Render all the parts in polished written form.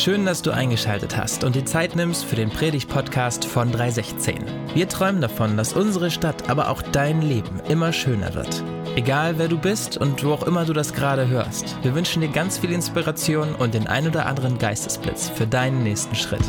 Schön, dass du eingeschaltet hast und die Zeit nimmst für den Predigt-Podcast von 316. Wir träumen davon, dass unsere Stadt, aber auch dein Leben immer schöner wird. Egal wer du bist und wo auch immer du das gerade hörst, wir wünschen dir ganz viel Inspiration und den ein oder anderen Geistesblitz für deinen nächsten Schritt.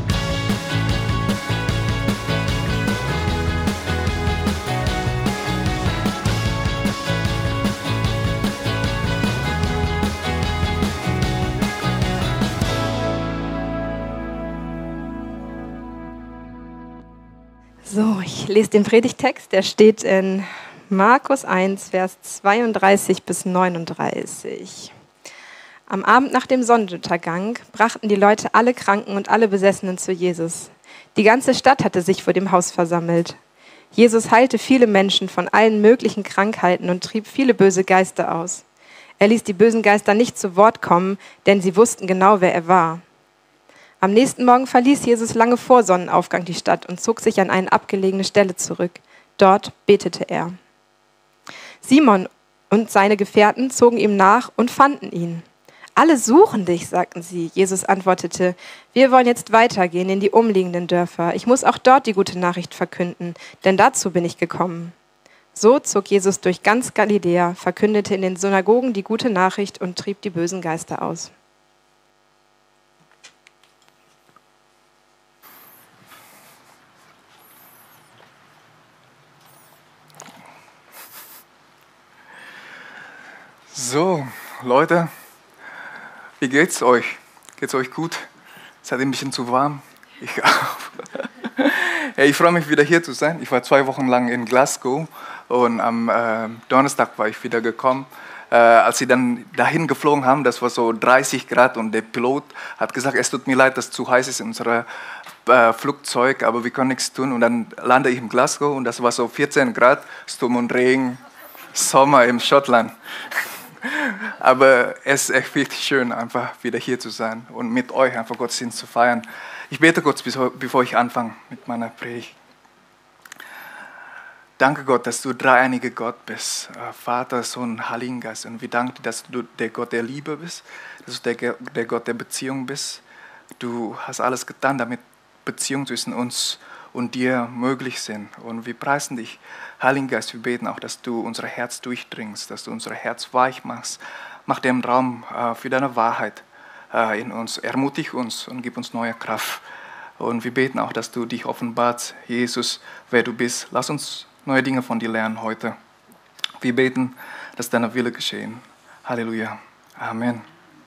So, ich lese den Predigttext, der steht in Markus 1, Vers 32 bis 39. Am Abend nach dem Sonnenuntergang brachten die Leute alle Kranken und alle Besessenen zu Jesus. Die ganze Stadt hatte sich vor dem Haus versammelt. Jesus heilte viele Menschen von allen möglichen Krankheiten und trieb viele böse Geister aus. Er ließ die bösen Geister nicht zu Wort kommen, denn sie wussten genau, wer er war. Am nächsten Morgen verließ Jesus lange vor Sonnenaufgang die Stadt und zog sich an eine abgelegene Stelle zurück. Dort betete er. Simon und seine Gefährten zogen ihm nach und fanden ihn. Alle suchen dich, sagten sie. Jesus antwortete, wir wollen jetzt weitergehen in die umliegenden Dörfer. Ich muss auch dort die gute Nachricht verkünden, denn dazu bin ich gekommen. So zog Jesus durch ganz Galiläa, verkündete in den Synagogen die gute Nachricht und trieb die bösen Geister aus. So, Leute, wie geht's euch? Geht's euch gut? Seid ihr ein bisschen zu warm? Ich auch. Ja, ich freue mich, wieder hier zu sein. Ich war 2 Wochen lang in Glasgow und am Donnerstag war ich wieder gekommen. Als sie dann dahin geflogen haben, das war so 30 Grad und der Pilot hat gesagt, es tut mir leid, dass es zu heiß ist in unserem Flugzeug, aber wir können nichts tun. Und dann lande ich in Glasgow und das war so 14 Grad, Sturm und Regen, Sommer in Schottland. Aber es ist echt wirklich schön, einfach wieder hier zu sein und mit euch einfach Gottesdienst zu feiern. Ich bete kurz, bevor ich anfange mit meiner Predigt. Danke Gott, dass du dreieiniger Gott bist, Vater, Sohn, Heiligen Geist. Und wir danken dir, dass du der Gott der Liebe bist, dass du der Gott der Beziehung bist. Du hast alles getan, damit Beziehungen zwischen uns und dir möglich sind. Und wir preisen dich, Heiligen Geist, wir beten auch, dass du unser Herz durchdringst, dass du unser Herz weich machst. Mach den Raum für deine Wahrheit in uns. Ermutig uns und gib uns neue Kraft. Und wir beten auch, dass du dich offenbarst, Jesus, wer du bist. Lass uns neue Dinge von dir lernen heute. Wir beten, dass deine Wille geschehen. Halleluja. Amen.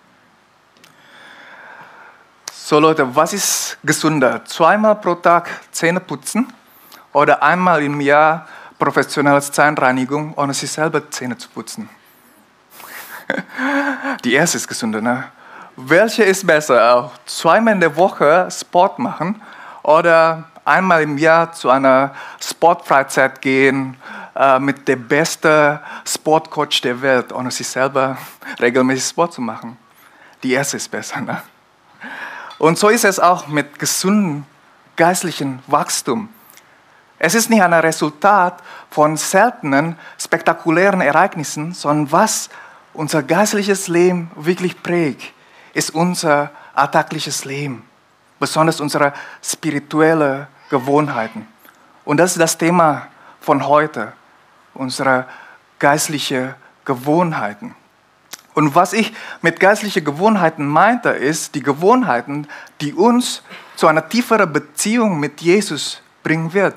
So Leute, was ist gesünder? 2-mal pro Tag Zähne putzen oder einmal im Jahr professionelle Zahnreinigung, ohne sich selber Zähne zu putzen? Die erste ist gesünder, ne? Welche ist besser? Auch 2-mal in der Woche Sport machen oder einmal im Jahr zu einer Sportfreizeit gehen mit dem besten Sportcoach der Welt, ohne sich selber regelmäßig Sport zu machen? Die erste ist besser, ne? Und so ist es auch mit gesundem geistlichen Wachstum. Es ist nicht ein Resultat von seltenen, spektakulären Ereignissen, sondern was unser geistliches Leben wirklich prägt, ist unser alltägliches Leben, besonders unsere spirituellen Gewohnheiten. Und das ist das Thema von heute, unsere geistlichen Gewohnheiten. Und was ich mit geistlichen Gewohnheiten meinte, ist die Gewohnheiten, die uns zu einer tieferen Beziehung mit Jesus bringen wird.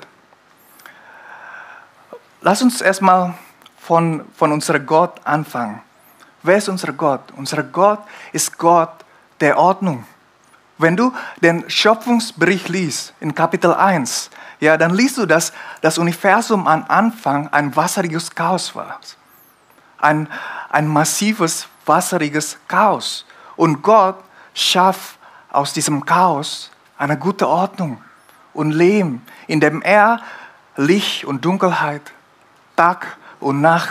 Lass uns erstmal von unserem Gott anfangen. Wer ist unser Gott? Unser Gott ist Gott der Ordnung. Wenn du den Schöpfungsbericht liest, in Kapitel 1, ja, dann liest du, dass das Universum am Anfang ein wasseriges Chaos war. Ein massives, wasseriges Chaos. Und Gott schafft aus diesem Chaos eine gute Ordnung und Leben, in dem er Licht und Dunkelheit, Tag und Nacht,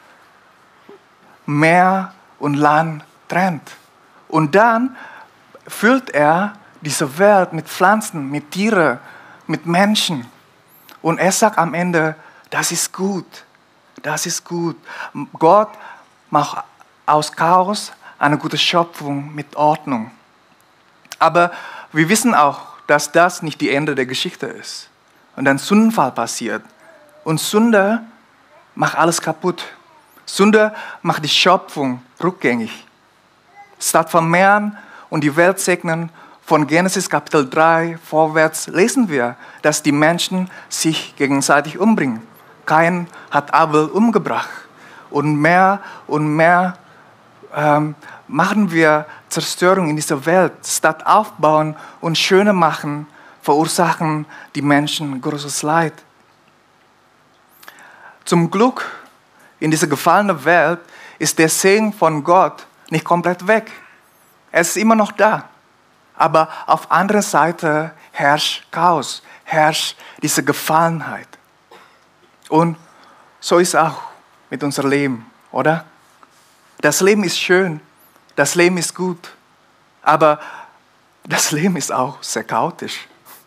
Meer und Land trennt. Und dann füllt er diese Welt mit Pflanzen, mit Tieren, mit Menschen. Und er sagt am Ende, das ist gut. Das ist gut. Gott macht aus Chaos eine gute Schöpfung mit Ordnung. Aber wir wissen auch, dass das nicht die Ende der Geschichte ist. Und ein Sündenfall passiert. Und Sünde macht alles kaputt. Sünde macht die Schöpfung rückgängig. Statt vermehren und die Welt segnen, von Genesis Kapitel 3 vorwärts lesen wir, dass die Menschen sich gegenseitig umbringen. Kain hat Abel umgebracht. Und mehr machen wir Zerstörung in dieser Welt. Statt aufbauen und schöner machen, verursachen die Menschen großes Leid. Zum Glück in dieser gefallenen Welt ist der Segen von Gott nicht komplett weg. Er ist immer noch da. Aber auf anderer Seite herrscht Chaos, herrscht diese Gefallenheit. Und so ist es auch mit unserem Leben, oder? Das Leben ist schön, das Leben ist gut, aber das Leben ist auch sehr chaotisch.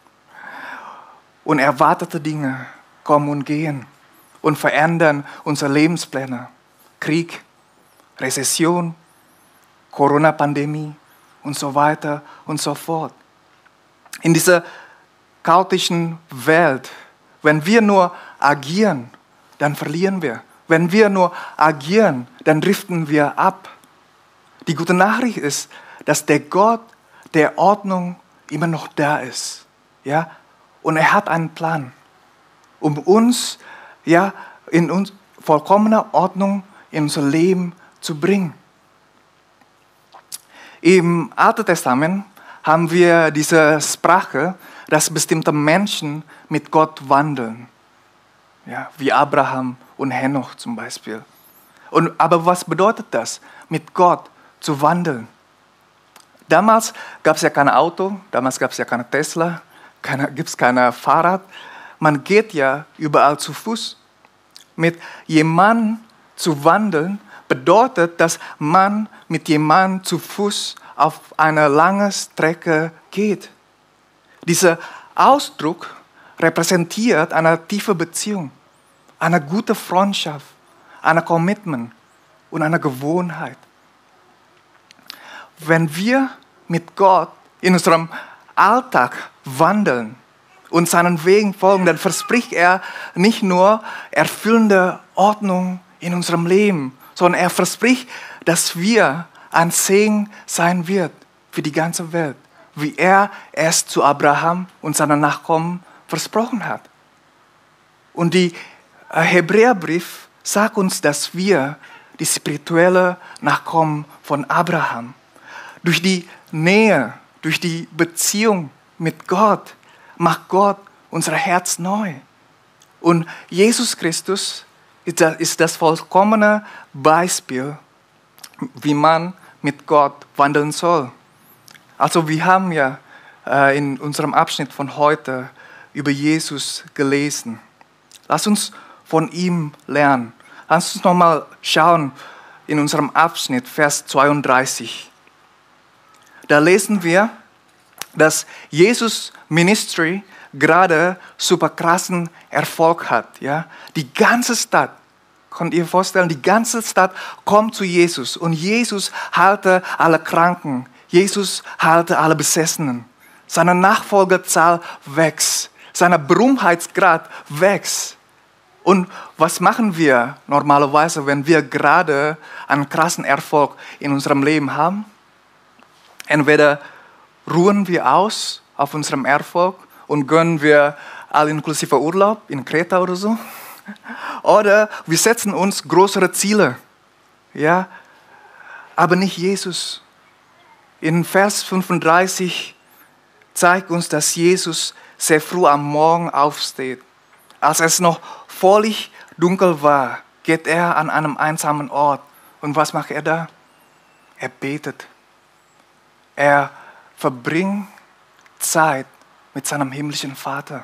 Unerwartete Dinge kommen und gehen und verändern unsere Lebenspläne. Krieg, Rezession, Corona-Pandemie und so weiter und so fort. In dieser chaotischen Welt, wenn wir nur agieren, dann verlieren wir. Wenn wir nur agieren, dann driften wir ab. Die gute Nachricht ist, dass der Gott der Ordnung immer noch da ist. Ja? Und er hat einen Plan, um uns in uns vollkommene Ordnung in unser Leben zu bringen. Im Alten Testament haben wir diese Sprache, dass bestimmte Menschen mit Gott wandeln. Ja, wie Abraham und Henoch zum Beispiel. Aber was bedeutet das, mit Gott zu wandeln? Damals gab es ja kein Auto, damals gab es ja keine Tesla, gibt es kein Fahrrad. Man geht ja überall zu Fuß. Mit jemandem zu wandeln bedeutet, dass man mit jemandem zu Fuß auf eine lange Strecke geht. Dieser Ausdruck repräsentiert eine tiefe Beziehung, eine gute Freundschaft, ein Commitment und eine Gewohnheit. Wenn wir mit Gott in unserem Alltag wandeln und seinen Wegen folgen, dann verspricht er nicht nur erfüllende Ordnung in unserem Leben, sondern er verspricht, dass wir ein Segen sein wird für die ganze Welt, wie er es zu Abraham und seinen Nachkommen versprochen hat. Und der Hebräerbrief sagt uns, dass wir die spirituelle Nachkommen von Abraham durch die Nähe, durch die Beziehung mit Gott, macht Gott unser Herz neu. Und Jesus Christus ist das vollkommene Beispiel, wie man mit Gott wandeln soll. Also wir haben ja in unserem Abschnitt von heute über Jesus gelesen. Lass uns von ihm lernen. Lass uns nochmal schauen in unserem Abschnitt, Vers 32. Da lesen wir, dass Jesus Ministry gerade super krassen Erfolg hat. Ja? Die ganze Stadt, könnt ihr vorstellen, die ganze Stadt kommt zu Jesus und Jesus heilte alle Kranken, Jesus heilte alle Besessenen. Seine Nachfolgerzahl wächst, sein Berühmtheitsgrad wächst. Und was machen wir normalerweise, wenn wir gerade einen krassen Erfolg in unserem Leben haben? Entweder ruhen wir aus auf unserem Erfolg und gönnen wir all-inklusive Urlaub in Kreta oder so. Oder wir setzen uns größere Ziele. Ja? Aber nicht Jesus. In Vers 35 zeigt uns, dass Jesus sehr früh am Morgen aufsteht. Als es noch völlig dunkel war, geht er an einem einsamen Ort. Und was macht er da? Er betet. Er verbringt Zeit mit seinem himmlischen Vater.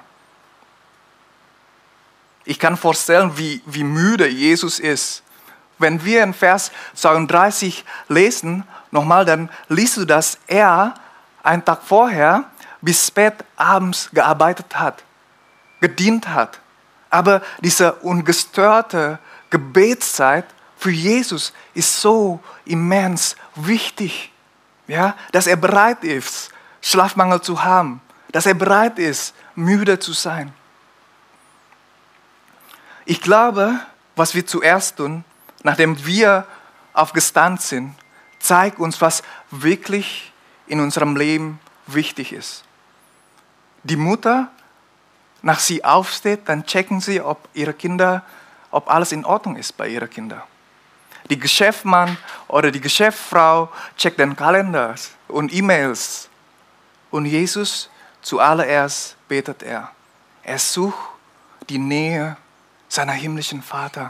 Ich kann vorstellen, wie müde Jesus ist. Wenn wir in Vers 32 lesen, nochmal, dann liest du, dass er einen Tag vorher bis spät abends gearbeitet hat, gedient hat. Aber diese ungestörte Gebetszeit für Jesus ist so immens wichtig, ja, dass er bereit ist, Schlafmangel zu haben, dass er bereit ist, müde zu sein. Ich glaube, was wir zuerst tun, nachdem wir aufgestanden sind, zeigt uns, was wirklich in unserem Leben wichtig ist. Die Mutter, nach sie aufsteht, dann checken sie, ob alles in Ordnung ist bei ihren Kindern. Die Geschäftsmann oder die Geschäftsfrau checkt den Kalender und E-Mails. Und Jesus, zuallererst betet er. Er sucht die Nähe seiner himmlischen Vater.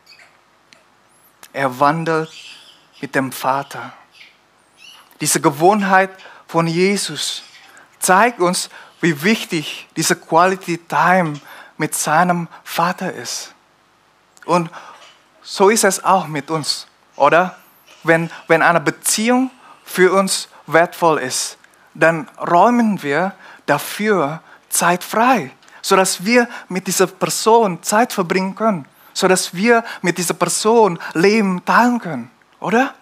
Er wandelt mit dem Vater. Diese Gewohnheit von Jesus zeigt uns, wie wichtig diese Quality Time mit seinem Vater ist. Und so ist es auch mit uns, oder? Wenn eine Beziehung für uns wertvoll ist, dann räumen wir dafür Zeit frei, sodass wir mit dieser Person Zeit verbringen können, sodass wir mit dieser Person Leben teilen können, oder?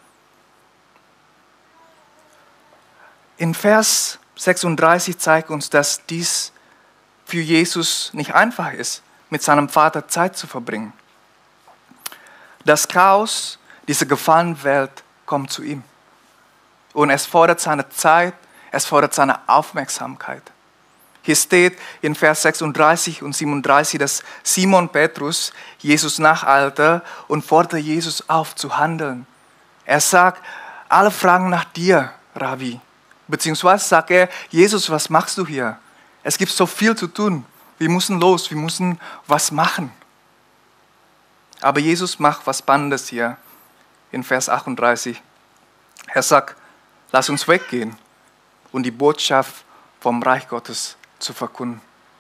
In Vers 36 zeigt uns, dass dies für Jesus nicht einfach ist, mit seinem Vater Zeit zu verbringen. Das Chaos, diese gefallene Welt, kommt zu ihm. Und es fordert seine Zeit, es fordert seine Aufmerksamkeit. Hier steht in Vers 36 und 37, dass Simon Petrus Jesus nacheilte und forderte Jesus auf zu handeln. Er sagt, alle fragen nach dir, Rabbi. Beziehungsweise sagt er, Jesus, was machst du hier? Es gibt so viel zu tun. Wir müssen los, wir müssen was machen. Aber Jesus macht was Spannendes hier in Vers 38. Er sagt, lass uns weggehen und die Botschaft vom Reich Gottes zu verkünden.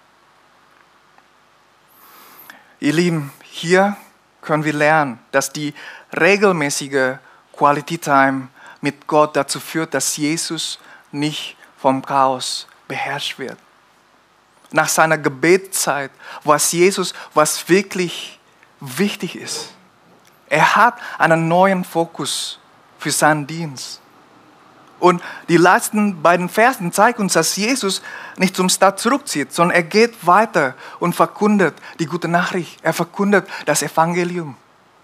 Ihr Lieben, hier können wir lernen, dass die regelmäßige Quality Time mit Gott dazu führt, dass Jesus nicht vom Chaos beherrscht wird. Nach seiner Gebetszeit weiß Jesus, was wirklich wichtig ist. Er hat einen neuen Fokus für seinen Dienst. Und die letzten beiden Versen zeigen uns, dass Jesus nicht zum Start zurückzieht, sondern er geht weiter und verkündet die gute Nachricht. Er verkündet das Evangelium.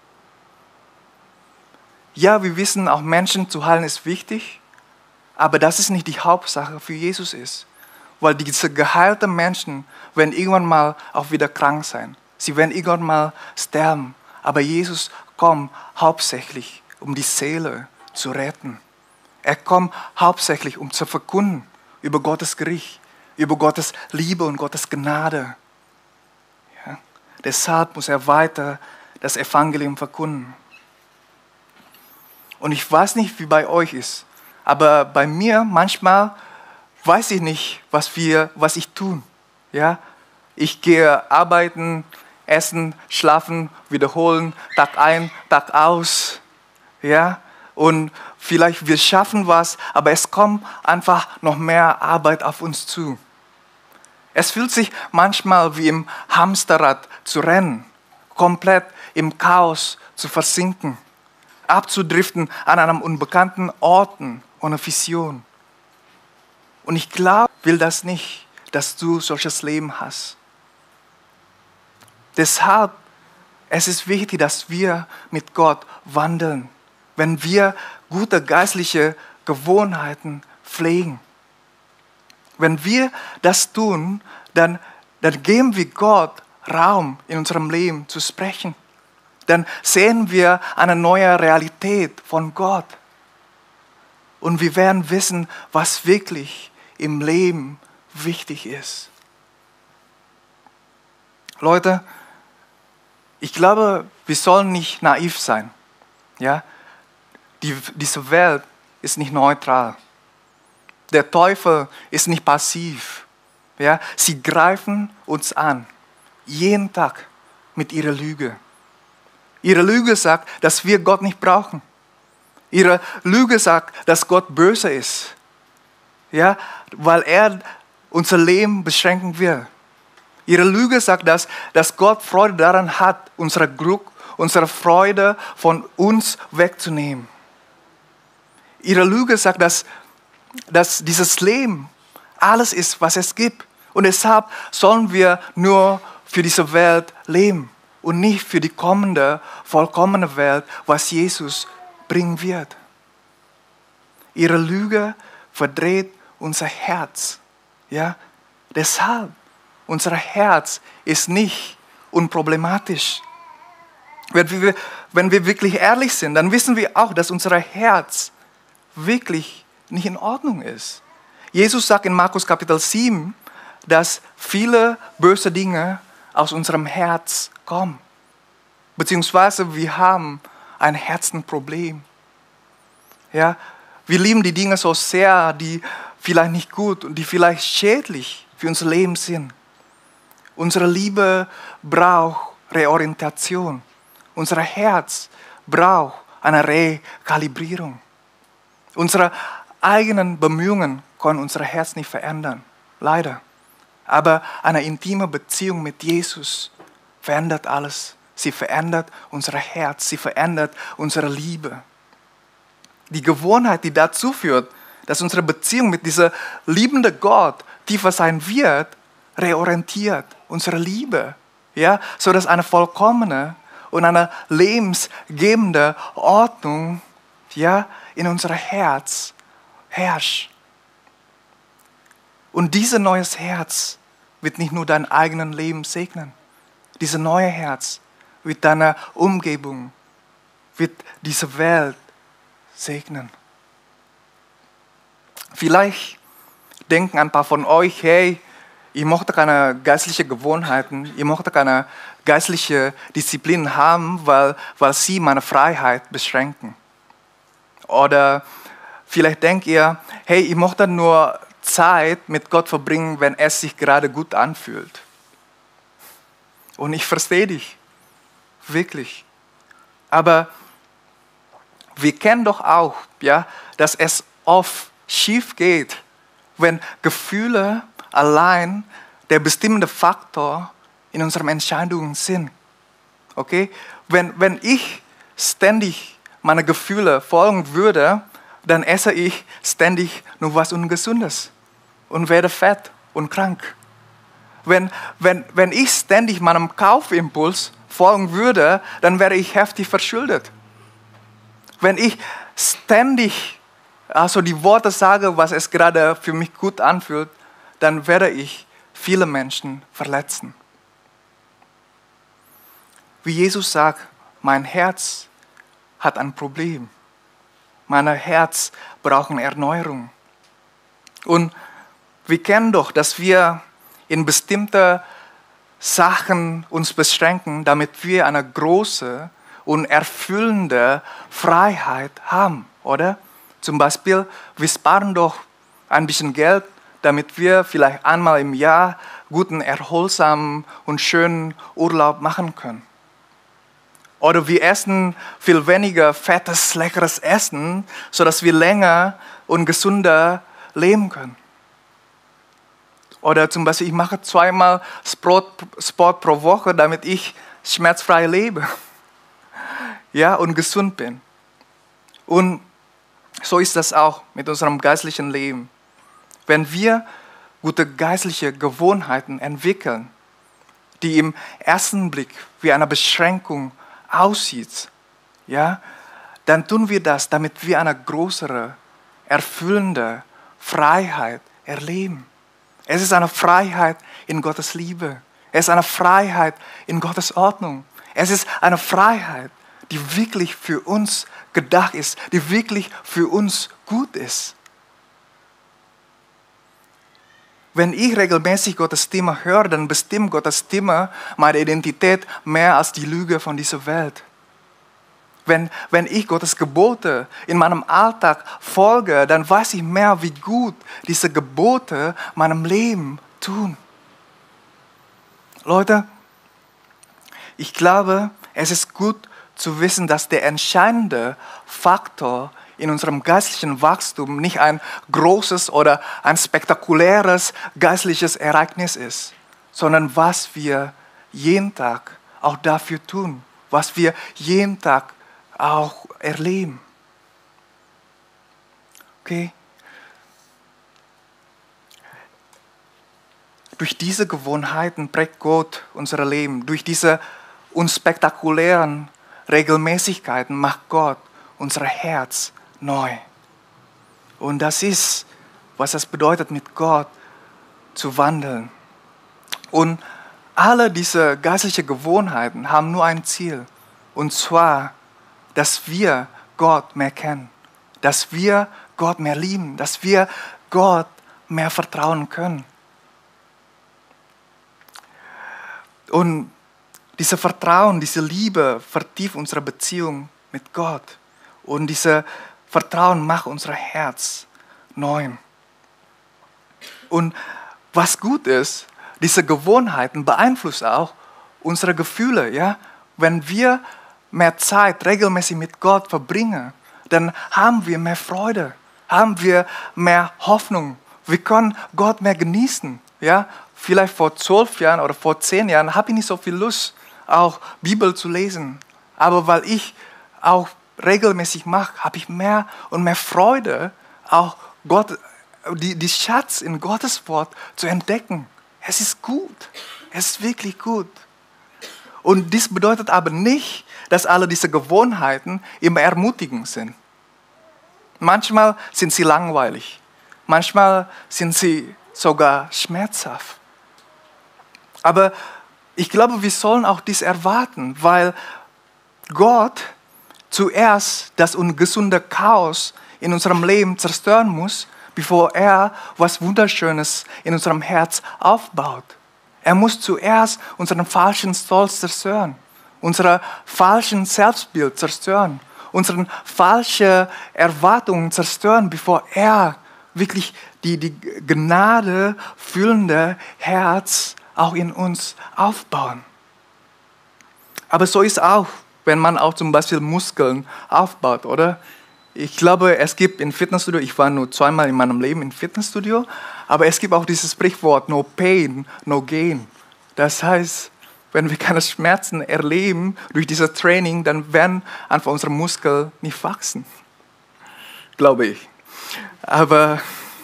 Ja, wir wissen, auch Menschen zu heilen ist wichtig, aber das ist nicht die Hauptsache für Jesus ist. Weil diese geheilten Menschen werden irgendwann mal auch wieder krank sein. Sie werden irgendwann mal sterben. Aber Jesus kommt hauptsächlich, um die Seele zu retten. Er kommt hauptsächlich, um zu verkünden über Gottes Gericht, über Gottes Liebe und Gottes Gnade. Ja? Deshalb muss er weiter das Evangelium verkünden. Und ich weiß nicht, wie bei euch ist, aber bei mir manchmal weiß ich nicht, was ich tun. Ja? Ich gehe arbeiten, essen, schlafen, wiederholen, Tag ein, Tag aus. Ja? Und vielleicht wir schaffen was, aber es kommt einfach noch mehr Arbeit auf uns zu. Es fühlt sich manchmal wie im Hamsterrad zu rennen, komplett im Chaos zu versinken, abzudriften an einem unbekannten Ort ohne Vision. Und ich glaube, will das nicht, dass du solches Leben hast. Deshalb, es ist wichtig, dass wir mit Gott wandeln, wenn wir gute geistliche Gewohnheiten pflegen. Wenn wir das tun, dann geben wir Gott Raum in unserem Leben zu sprechen. Dann sehen wir eine neue Realität von Gott. Und wir werden wissen, was wirklich im Leben wichtig ist. Leute, ich glaube, wir sollen nicht naiv sein. Ja? Diese Welt ist nicht neutral. Der Teufel ist nicht passiv. Ja? Sie greifen uns an, jeden Tag mit ihrer Lüge. Ihre Lüge sagt, dass wir Gott nicht brauchen. Ihre Lüge sagt, dass Gott böse ist. Ja? Weil er unser Leben beschränken will. Ihre Lüge sagt, dass Gott Freude daran hat, unsere Glück, unsere Freude von uns wegzunehmen. Ihre Lüge sagt, dass dieses Leben alles ist, was es gibt. Und deshalb sollen wir nur für diese Welt leben und nicht für die kommende, vollkommene Welt, was Jesus bringen wird. Ihre Lüge verdreht unser Herz. Ja? Deshalb, unser Herz ist nicht unproblematisch. Wenn wir wirklich ehrlich sind, dann wissen wir auch, dass unser Herz wirklich nicht in Ordnung ist. Jesus sagt in Markus Kapitel 7, dass viele böse Dinge aus unserem Herz kommen. Beziehungsweise wir haben ein Herzenproblem. Ja? Wir lieben die Dinge so sehr, die vielleicht nicht gut und die vielleicht schädlich für unser Leben sind. Unsere Liebe braucht Reorientation. Unser Herz braucht eine Rekalibrierung. Unsere eigenen Bemühungen können unser Herz nicht verändern, leider. Aber eine intime Beziehung mit Jesus verändert alles. Sie verändert unser Herz, sie verändert unsere Liebe. Die Gewohnheit, die dazu führt, dass unsere Beziehung mit diesem liebenden Gott tiefer sein wird, reorientiert unsere Liebe, ja, sodass eine vollkommene und eine lebensgebende Ordnung, ja, in unser Herz herrscht. Und dieses neues Herz wird nicht nur dein eigenes Leben segnen. Dieses neue Herz wird deine Umgebung, wird diese Welt segnen. Vielleicht denken ein paar von euch, hey, ich möchte keine geistlichen Gewohnheiten, ich möchte keine geistliche Disziplin haben, weil sie meine Freiheit beschränken. Oder vielleicht denkt ihr, hey, ich möchte nur Zeit mit Gott verbringen, wenn es sich gerade gut anfühlt. Und ich verstehe dich, wirklich. Aber wir kennen doch auch, ja, dass es oft schief geht, wenn Gefühle allein der bestimmende Faktor in unseren Entscheidungen sind. Okay? Wenn ich ständig meine Gefühle folgen würde, dann esse ich ständig nur was Ungesundes und werde fett und krank. Wenn ich ständig meinem Kaufimpuls folgen würde, dann wäre ich heftig verschuldet. Wenn ich ständig die Worte sage, was es gerade für mich gut anfühlt, dann werde ich viele Menschen verletzen. Wie Jesus sagt, mein Herz hat ein Problem. Mein Herz braucht eine Erneuerung. Und wir kennen doch, dass wir in bestimmte Sachen uns beschränken, damit wir eine große und erfüllende Freiheit haben, oder? Zum Beispiel, wir sparen doch ein bisschen Geld, damit wir vielleicht einmal im Jahr guten, erholsamen und schönen Urlaub machen können. Oder wir essen viel weniger fettes, leckeres Essen, sodass wir länger und gesünder leben können. Oder zum Beispiel, ich mache 2-mal Sport pro Woche, damit ich schmerzfrei lebe, ja, und gesund bin. Und so ist das auch mit unserem geistlichen Leben. Wenn wir gute geistliche Gewohnheiten entwickeln, die im ersten Blick wie eine Beschränkung aussieht, ja, dann tun wir das, damit wir eine größere, erfüllende Freiheit erleben. Es ist eine Freiheit in Gottes Liebe. Es ist eine Freiheit in Gottes Ordnung. Es ist eine Freiheit, die wirklich für uns gedacht ist, die wirklich für uns gut ist. Wenn ich regelmäßig Gottes Stimme höre, dann bestimmt Gottes Stimme meine Identität mehr als die Lüge von dieser Welt. Wenn ich Gottes Gebote in meinem Alltag folge, dann weiß ich mehr, wie gut diese Gebote meinem Leben tun. Leute, ich glaube, es ist gut zu wissen, dass der entscheidende Faktor in unserem geistlichen Wachstum nicht ein großes oder ein spektakuläres geistliches Ereignis ist, sondern was wir jeden Tag auch dafür tun, was wir jeden Tag auch erleben. Okay? durch diese Gewohnheiten prägt Gott unser Leben. Durch diese unspektakulären Regelmäßigkeiten macht Gott unser Herz neu. Und das ist, was es bedeutet, mit Gott zu wandeln. Und alle diese geistlichen Gewohnheiten haben nur ein Ziel. Und zwar, dass wir Gott mehr kennen. Dass wir Gott mehr lieben. Dass wir Gott mehr vertrauen können. Und dieses Vertrauen, diese Liebe vertieft unsere Beziehung mit Gott. Und dieses Vertrauen macht unser Herz neu. Und was gut ist, diese Gewohnheiten beeinflussen auch unsere Gefühle. Ja? Wenn wir mehr Zeit regelmäßig mit Gott verbringen, dann haben wir mehr Freude, haben wir mehr Hoffnung. Wir können Gott mehr genießen. Ja? Vielleicht vor 12 Jahren oder vor 10 Jahren habe ich nicht so viel Lust, auch Bibel zu lesen. Aber weil ich auch regelmäßig mache, habe ich mehr und mehr Freude, auch Gott, die Schatz in Gottes Wort zu entdecken. Es ist gut. Es ist wirklich gut. Und dies bedeutet aber nicht, dass alle diese Gewohnheiten immer ermutigend sind. Manchmal sind sie langweilig. Manchmal sind sie sogar schmerzhaft. Aber ich glaube, wir sollen auch dies erwarten, weil Gott zuerst das ungesunde Chaos in unserem Leben zerstören muss, bevor er was Wunderschönes in unserem Herz aufbaut. Er muss zuerst unseren falschen Stolz zerstören, unser falschen Selbstbild zerstören, unsere falschen Erwartungen zerstören, bevor er wirklich die Gnade füllende Herz auch in uns aufbauen. Aber so ist auch, wenn man auch zum Beispiel Muskeln aufbaut, oder? Ich glaube, es gibt im Fitnessstudio, ich war nur 2-mal in meinem Leben im Fitnessstudio, aber es gibt auch dieses Sprichwort, no pain, no gain. Das heißt, wenn wir keine Schmerzen erleben durch dieses Training, dann werden einfach unsere Muskeln nicht wachsen. Glaube ich. Aber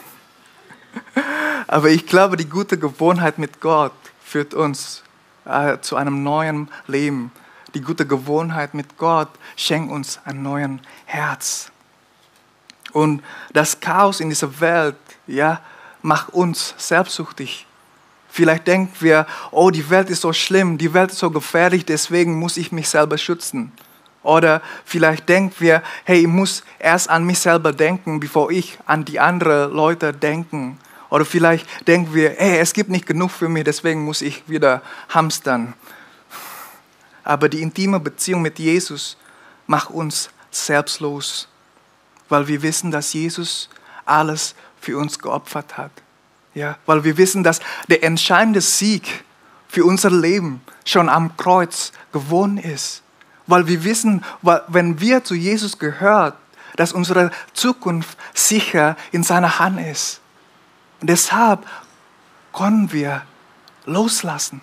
ich glaube, die gute Gewohnheit mit Gott führt uns zu einem neuen Leben. Die gute Gewohnheit mit Gott schenkt uns ein neues Herz. Und das Chaos in dieser Welt, ja, macht uns selbstsüchtig. Vielleicht denken wir, oh, die Welt ist so schlimm, die Welt ist so gefährlich, deswegen muss ich mich selber schützen. Oder vielleicht denken wir, hey, ich muss erst an mich selber denken, bevor ich an die anderen Leute denke. Oder vielleicht denken wir, hey, es gibt nicht genug für mich, deswegen muss ich wieder hamstern. Aber die intime Beziehung mit Jesus macht uns selbstlos, weil wir wissen, dass Jesus alles für uns geopfert hat. Ja, weil wir wissen, dass der entscheidende Sieg für unser Leben schon am Kreuz gewonnen ist. Weil wir wissen, wenn wir zu Jesus gehören, dass unsere Zukunft sicher in seiner Hand ist. Und deshalb können wir loslassen.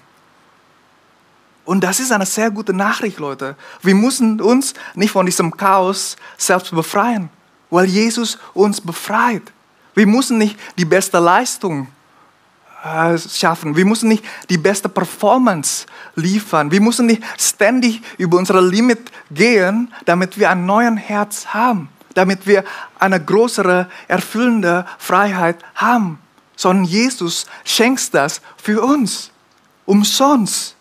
Und das ist eine sehr gute Nachricht, Leute. Wir müssen uns nicht von diesem Chaos selbst befreien, weil Jesus uns befreit. Wir müssen nicht die beste Leistung schaffen. Wir müssen nicht die beste Performance liefern. Wir müssen nicht ständig über unsere Limit gehen, damit wir ein neues Herz haben, damit wir eine größere, erfüllende Freiheit haben. Sondern Jesus schenkt das für uns, umsonst.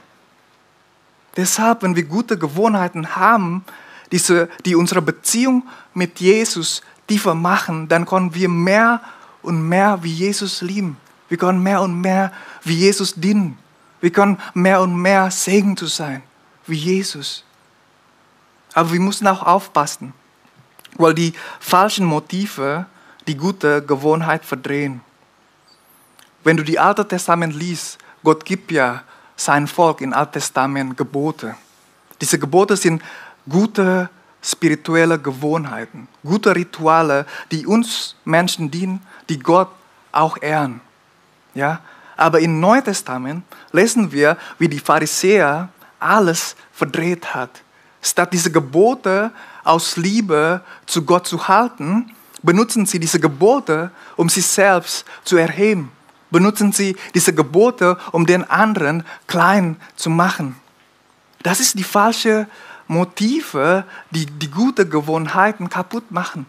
Deshalb, wenn wir gute Gewohnheiten haben, die unsere Beziehung mit Jesus tiefer machen, dann können wir mehr und mehr wie Jesus lieben. Wir können mehr und mehr wie Jesus dienen. Wir können mehr und mehr Segen zu sein wie Jesus. Aber wir müssen auch aufpassen, weil die falschen Motive die gute Gewohnheit verdrehen. Wenn du die Alte Testament liest, Gott gibt ja sein Volk im Alten Testament Gebote. Diese Gebote sind gute spirituelle Gewohnheiten, gute Rituale, die uns Menschen dienen, die Gott auch ehren. Ja? Aber im Neuen Testament lesen wir, wie die Pharisäer alles verdreht hat. Statt diese Gebote aus Liebe zu Gott zu halten, benutzen sie diese Gebote, um sich selbst zu erheben, benutzen sie diese Gebote, um den anderen klein zu machen. Das ist die falsche Motive, die die guten Gewohnheiten kaputt machen.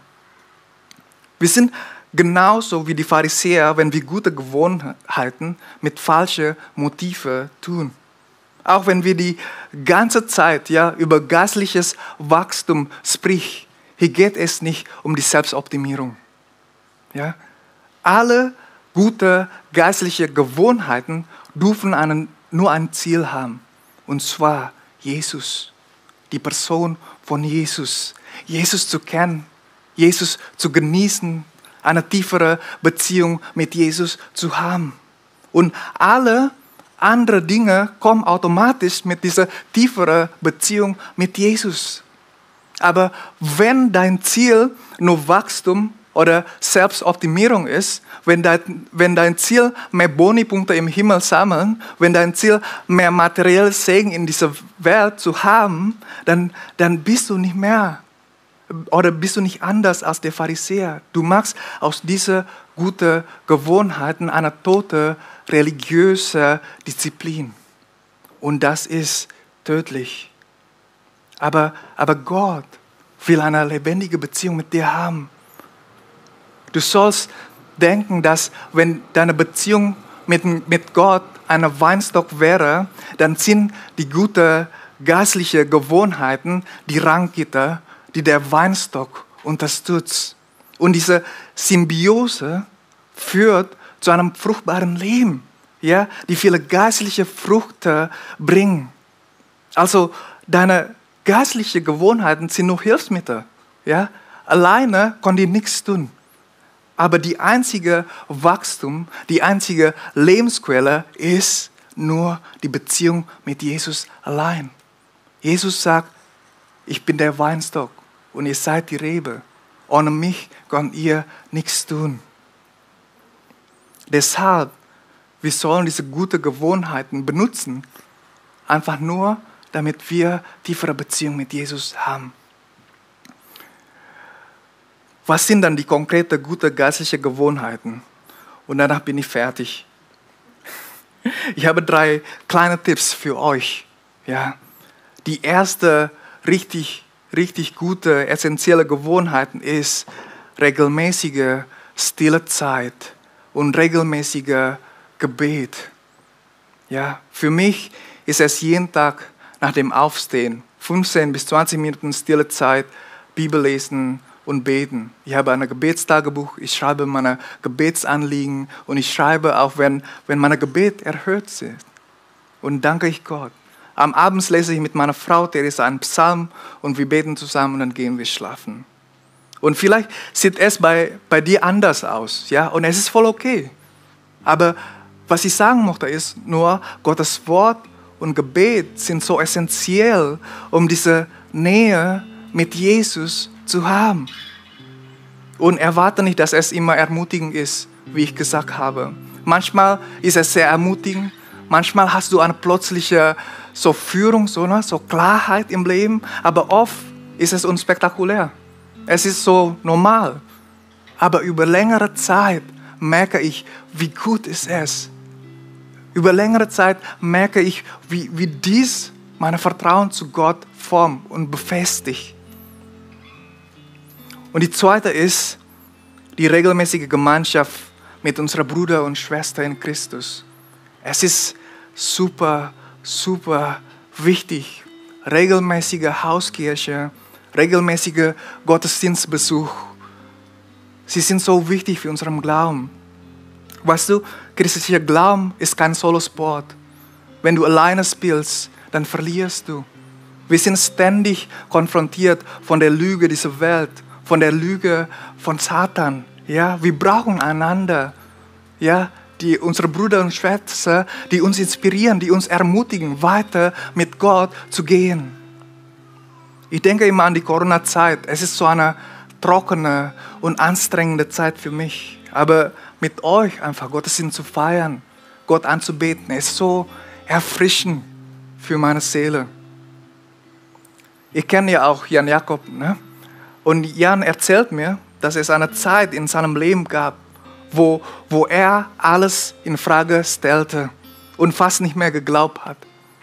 Wir sind genauso wie die Pharisäer, wenn wir gute Gewohnheiten mit falschen Motiven tun. Auch wenn wir die ganze Zeit über geistliches Wachstum sprechen, hier geht es nicht um die Selbstoptimierung. Ja? Alle gute geistliche Gewohnheiten dürfen nur ein Ziel haben. Und zwar Jesus. Die Person von Jesus. Jesus zu kennen. Jesus zu genießen. Eine tiefere Beziehung mit Jesus zu haben. Und alle andere Dinge kommen automatisch mit dieser tieferen Beziehung mit Jesus. Aber wenn dein Ziel nur Wachstum oder Selbstoptimierung ist, wenn dein Ziel mehr Bonipunkte im Himmel sammeln, wenn dein Ziel mehr materielles Segen in dieser Welt zu haben, dann bist du nicht mehr oder bist du nicht anders als der Pharisäer. Du machst aus dieser guten Gewohnheiten eine tote religiöse Disziplin. Und das ist tödlich. Aber Gott will eine lebendige Beziehung mit dir haben. Du sollst denken, dass wenn deine Beziehung mit Gott ein Weinstock wäre, dann sind die guten geistlichen Gewohnheiten die Ranggitter, die der Weinstock unterstützt. Und diese Symbiose führt zu einem fruchtbaren Leben, die viele geistliche Früchte bringen. Also deine geistlichen Gewohnheiten sind nur Hilfsmittel. Alleine können die nichts tun. Aber die einzige Wachstum, die einzige Lebensquelle ist nur die Beziehung mit Jesus allein. Jesus sagt, ich bin der Weinstock und ihr seid die Rebe. Ohne mich könnt ihr nichts tun. Deshalb, wir sollen diese guten Gewohnheiten benutzen, einfach nur, damit wir tiefere Beziehung mit Jesus haben. Was sind dann die konkreten, guten geistlichen Gewohnheiten? Und danach bin ich fertig. Ich habe 3 kleine Tipps für euch. Die erste richtig gute, essentielle Gewohnheit ist regelmäßige stille Zeit und regelmäßige Gebet. Für mich ist es jeden Tag nach dem Aufstehen 15 bis 20 Minuten stille Zeit, Bibel lesen und beten. Ich habe ein Gebetstagebuch, ich schreibe meine Gebetsanliegen und ich schreibe auch, wenn meine Gebet erhört sind. Und danke ich Gott. Am Abend lese ich mit meiner Frau Theresa einen Psalm und wir beten zusammen und dann gehen wir schlafen. Und vielleicht sieht es bei dir anders aus, und es ist voll okay. Aber was ich sagen möchte ist nur, Gottes Wort und Gebet sind so essentiell, um diese Nähe mit Jesus zu haben. Und erwarte nicht, dass es immer ermutigend ist, wie ich gesagt habe. Manchmal ist es sehr ermutigend, manchmal hast du eine plötzliche Führung, so Klarheit im Leben, aber oft ist es unspektakulär. Es ist so normal. Aber über längere Zeit merke ich, wie gut ist es. Über längere Zeit merke ich, wie dies mein Vertrauen zu Gott formt und befestigt. Und die zweite ist die regelmäßige Gemeinschaft mit unseren Brüdern und Schwestern in Christus. Es ist super wichtig. Regelmäßige Hauskirche, regelmäßiger Gottesdienstbesuch. Sie sind so wichtig für unseren Glauben. Weißt du, christlicher Glauben ist kein Solosport. Wenn du alleine spielst, dann verlierst du. Wir sind ständig konfrontiert von der Lüge dieser Welt, von der Lüge von Satan. Wir brauchen einander. Unsere Brüder und Schwestern, die uns inspirieren, die uns ermutigen, weiter mit Gott zu gehen. Ich denke immer an die Corona-Zeit. Es ist so eine trockene und anstrengende Zeit für mich. Aber mit euch einfach Gottesdienst zu feiern, Gott anzubeten, ist so erfrischend für meine Seele. Ich kenne ja auch Jan Jakob, ne? Und Jan erzählt mir, dass es eine Zeit in seinem Leben gab, wo er alles in Frage stellte und fast nicht mehr geglaubt hat.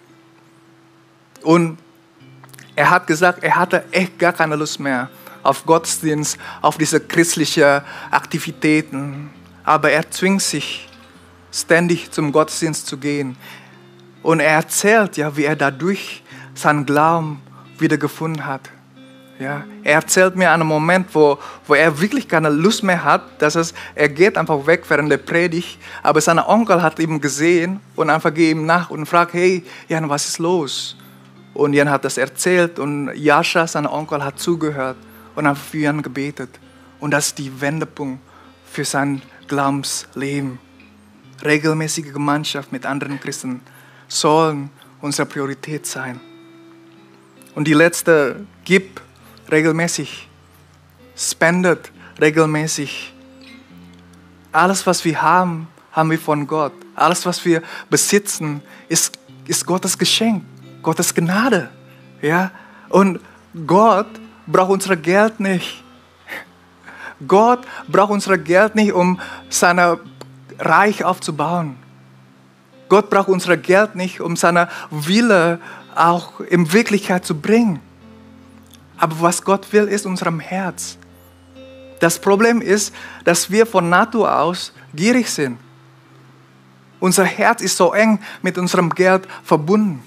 Und er hat gesagt, er hatte echt gar keine Lust mehr auf Gottesdienst, auf diese christlichen Aktivitäten. Aber er zwingt sich, ständig zum Gottesdienst zu gehen. Und er erzählt, ja, wie er dadurch seinen Glauben wiedergefunden hat. Ja, er erzählt mir einen Moment, wo er wirklich keine Lust mehr hat. Er geht einfach weg während der Predigt. Aber sein Onkel hat ihn gesehen und einfach geht ihm nach und fragt, hey, Jan, was ist los? Und Jan hat das erzählt und Jascha, sein Onkel, hat zugehört und hat für Jan gebetet. Und das ist die Wendepunkt für sein Glaubensleben. Regelmäßige Gemeinschaft mit anderen Christen sollen unsere Priorität sein. Und die letzte, gib regelmäßig, spendet regelmäßig. Alles, was wir haben, haben wir von Gott. Alles, was wir besitzen, ist Gottes Geschenk, Gottes Gnade. Ja? Und Gott braucht unser Geld nicht. Gott braucht unser Geld nicht, um sein Reich aufzubauen. Gott braucht unser Geld nicht, um seine Wille auch in Wirklichkeit zu bringen. Aber was Gott will, ist unserem Herz. Das Problem ist, dass wir von Natur aus gierig sind. Unser Herz ist so eng mit unserem Geld verbunden.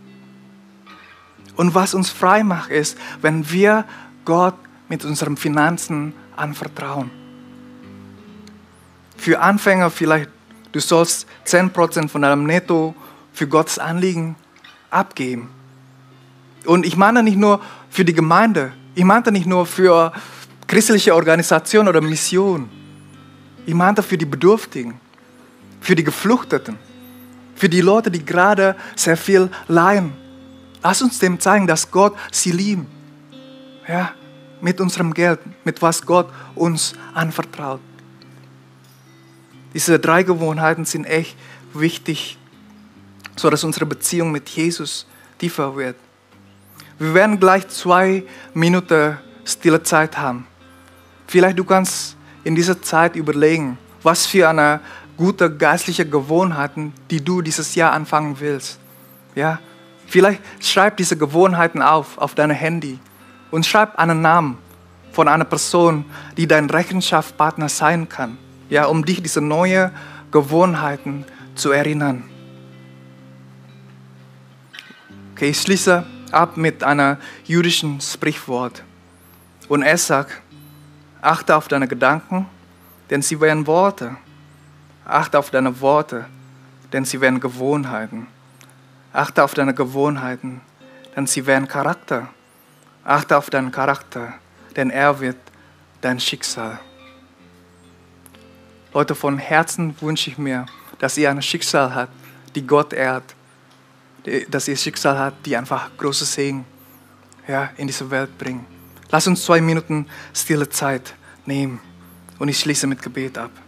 Und was uns frei macht, ist, wenn wir Gott mit unseren Finanzen anvertrauen. Für Anfänger vielleicht, du sollst 10% von deinem Netto für Gottes Anliegen abgeben. Und ich meine nicht nur für die Gemeinde, ich meinte nicht nur für christliche Organisation oder Mission. Ich meinte für die Bedürftigen, für die Geflüchteten, für die Leute, die gerade sehr viel leiden. Lass uns dem zeigen, dass Gott sie liebt. Ja, mit unserem Geld, mit was Gott uns anvertraut. Diese 3 Gewohnheiten sind echt wichtig, sodass unsere Beziehung mit Jesus tiefer wird. Wir werden gleich 2 Minuten stille Zeit haben. Vielleicht du kannst in dieser Zeit überlegen, was für eine gute geistliche Gewohnheiten, die du dieses Jahr anfangen willst. Ja? Vielleicht schreib diese Gewohnheiten auf dein Handy und schreib einen Namen von einer Person, die dein Rechenschaftspartner sein kann, ja, um dich diese neuen Gewohnheiten zu erinnern. Okay, ich schließe ab mit einem jüdischen Sprichwort. Und es sagt, achte auf deine Gedanken, denn sie werden Worte. Achte auf deine Worte, denn sie werden Gewohnheiten. Achte auf deine Gewohnheiten, denn sie werden Charakter. Achte auf deinen Charakter, denn er wird dein Schicksal. Leute, von Herzen wünsche ich mir, dass ihr ein Schicksal habt, die Gott ehrt. Dass ihr Schicksal habt, die einfach große Segen, ja, in diese Welt bringen. Lass uns 2 Minuten stille Zeit nehmen und ich schließe mit Gebet ab.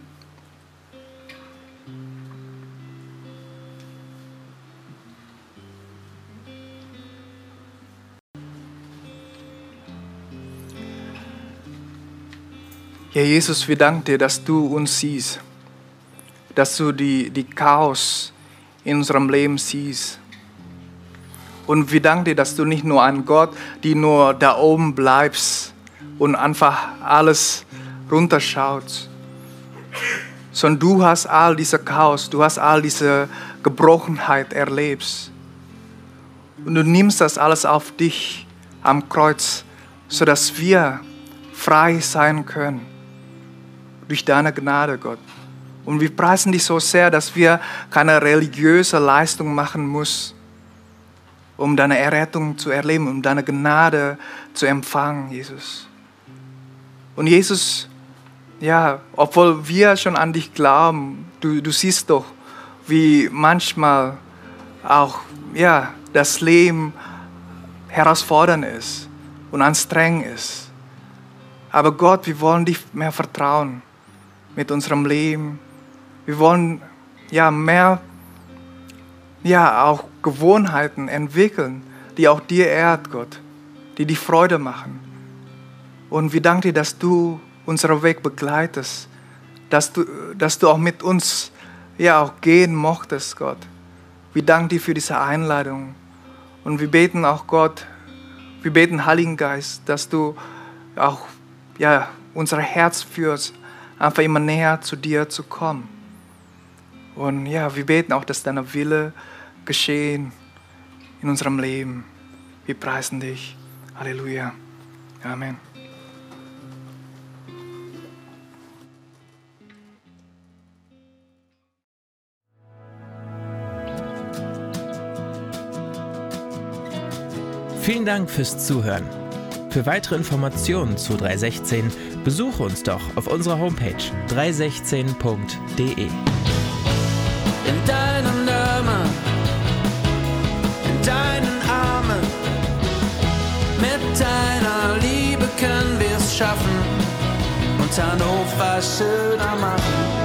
Ja, Jesus, wir danken dir, dass du uns siehst, dass du die Chaos in unserem Leben siehst. Und wir danken dir, dass du nicht nur ein Gott, die nur da oben bleibst und einfach alles runterschaut, sondern du hast all diese Chaos, du hast all diese Gebrochenheit erlebt. Und du nimmst das alles auf dich am Kreuz, sodass wir frei sein können durch deine Gnade, Gott. Und wir preisen dich so sehr, dass wir keine religiöse Leistung machen müssen, um deine Errettung zu erleben, um deine Gnade zu empfangen, Jesus. Und Jesus, ja, obwohl wir schon an dich glauben, du siehst doch, wie manchmal auch, ja, das Leben herausfordernd ist und anstrengend ist. Aber Gott, wir wollen dich mehr vertrauen mit unserem Leben. Wir wollen ja mehr, ja, auch Gewohnheiten entwickeln, die auch dir ehrt, Gott, die dich Freude machen. Und wir danken dir, dass du unseren Weg begleitest, dass du auch mit uns auch gehen mochtest, Gott. Wir danken dir für diese Einladung. Und wir beten auch, Gott, wir beten, Heiligen Geist, dass du auch unser Herz führst, einfach immer näher zu dir zu kommen. Und wir beten auch, dass dein Wille geschehen in unserem Leben. Wir preisen dich. Halleluja. Amen. Vielen Dank fürs Zuhören. Für weitere Informationen zu 316 besuche uns doch auf unserer Homepage 316.de. In deinem Namen, in deinen Armen, mit deiner Liebe können wir es schaffen und Hannover schöner machen.